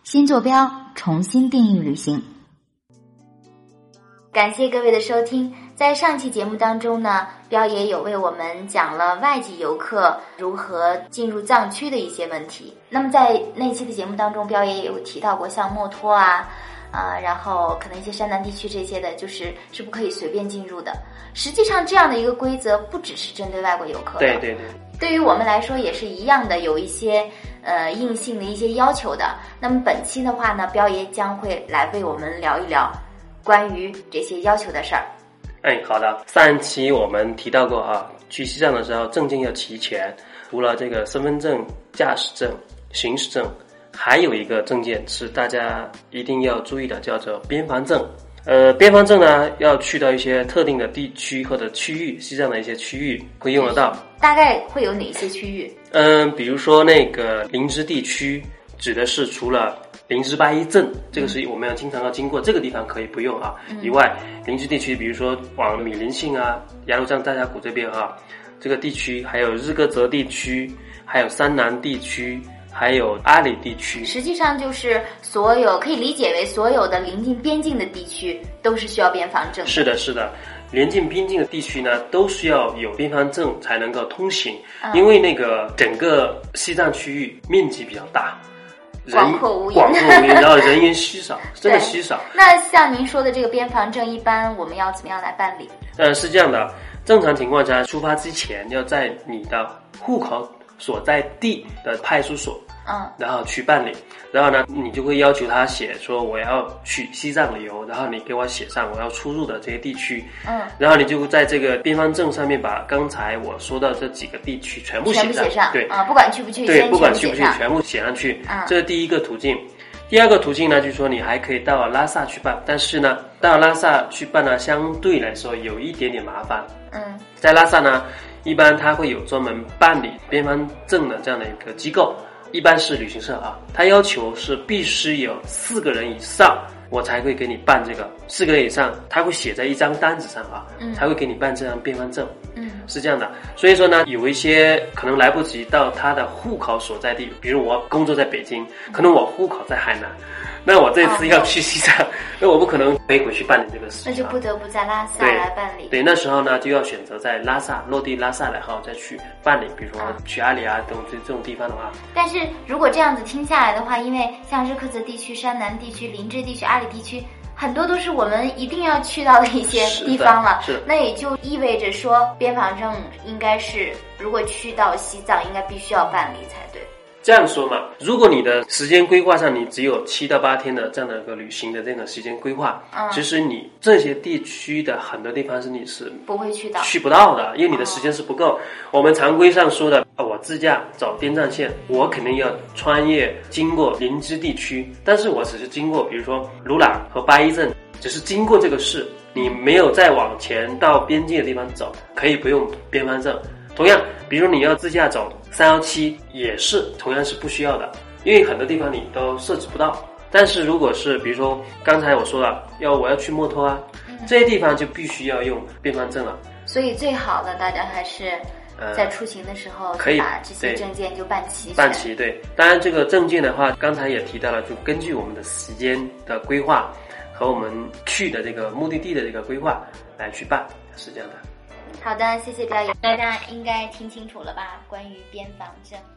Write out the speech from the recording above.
新坐标，重新定义旅行。感谢各位的收听。在上期节目当中呢，彪爷有为我们讲了外籍游客如何进入藏区的一些问题。那么在那期的节目当中，彪爷也有提到过像墨脱然后可能一些山南地区这些的，是不可以随便进入的。实际上这样的一个规则不只是针对外国游客的，对于我们来说也是一样的，有一些硬性的一些要求的。那么本期的话呢，彪爷将会来为我们聊一聊关于这些要求的事儿。 好的。上一期我们提到过去西藏的时候证件要齐全，除了这个身份证、驾驶证、行驶证，还有一个证件是大家一定要注意的，叫做边防证。边防证呢，要去到一些特定的地区或者区域，西藏的一些区域会用得到。 大概会有哪些区域？ 比如说那个林芝地区，指的是除了林芝巴依镇，这个是我们要经常要经过，这个地方可以不用以外，林芝地区，比如说往米林信雅鲁藏大峡谷这边这个地区，还有日喀则地区，还有山南地区，还有阿里地区， 实际上就是所有可以理解为所有的临近边境的地区都是需要边防证的。 是的，临近边境的地区呢，都需要有边防证才能够通行，因为那个整个西藏区域面积比较大， 广阔无垠， 然后人员稀少，真的稀少。 那像您说的这个边防证，一般我们要怎么样来办理？ 是这样的，正常情况下出发之前要在你的户口所在地的派出所然后去办理，然后呢你就会要求他写说我要去西藏旅游，然后你给我写上我要出入的这些地区，然后你就在这个边防证上面把刚才我说到这几个地区全部写上，对不管去不去， 对，不管去不去全部写上去，这是第一个途径。第二个途径呢，就是说你还可以到拉萨去办，但是呢到拉萨去办呢，相对来说有一点点麻烦。在拉萨呢，一般它会有专门办理边防证的这样的一个机构，一般是旅行社它要求是必须有4个人以上，我才会给你办这个，4个人以上，他会写在一张单子上才会给你办这张边防证。是这样的。所以说呢，有一些可能来不及到他的户口所在地，比如我工作在北京，可能我户口在海南，那我这次要去西藏，那我不可能飞回去办理这个事情， 那就不得不在拉萨来办理。 对，那时候呢就要选择在拉萨落地拉萨然后再去办理，比如说去阿里这种地方的话。 但是如果这样子听下来的话，因为像日喀则地区、山南地区、林芝地区、阿里地区，很多都是我们一定要去到的一些地方了，那也就意味着说边防证应该是如果去到西藏应该必须要办理才对。 这样说嘛，如果你的时间规划上你只有7到8天的这样的一个旅行的这个时间规划，其实你这些地区的很多地方你是不会去不到的，因为你的时间是不够。我们常规上说的我自驾走滇藏线，我肯定要穿越经过林芝地区，但是我只是经过比如说鲁朗和巴依镇，只是经过这个市，你没有再往前到边境的地方走，可以不用边防证。同样比如你要自驾走317也是同样是不需要的，因为很多地方你都设置不到。但是如果是比如说刚才我说了我要去墨脱这些地方就必须要用边防证了。 所以最好的大家还是在出行的时候可以把这些证件就办齐。 对，当然这个证件的话刚才也提到了，就根据我们的时间的规划和我们去的这个目的地的这个规划来去办，是这样的。 好的，谢谢彪爷，大家应该听清楚了吧？关于边防证。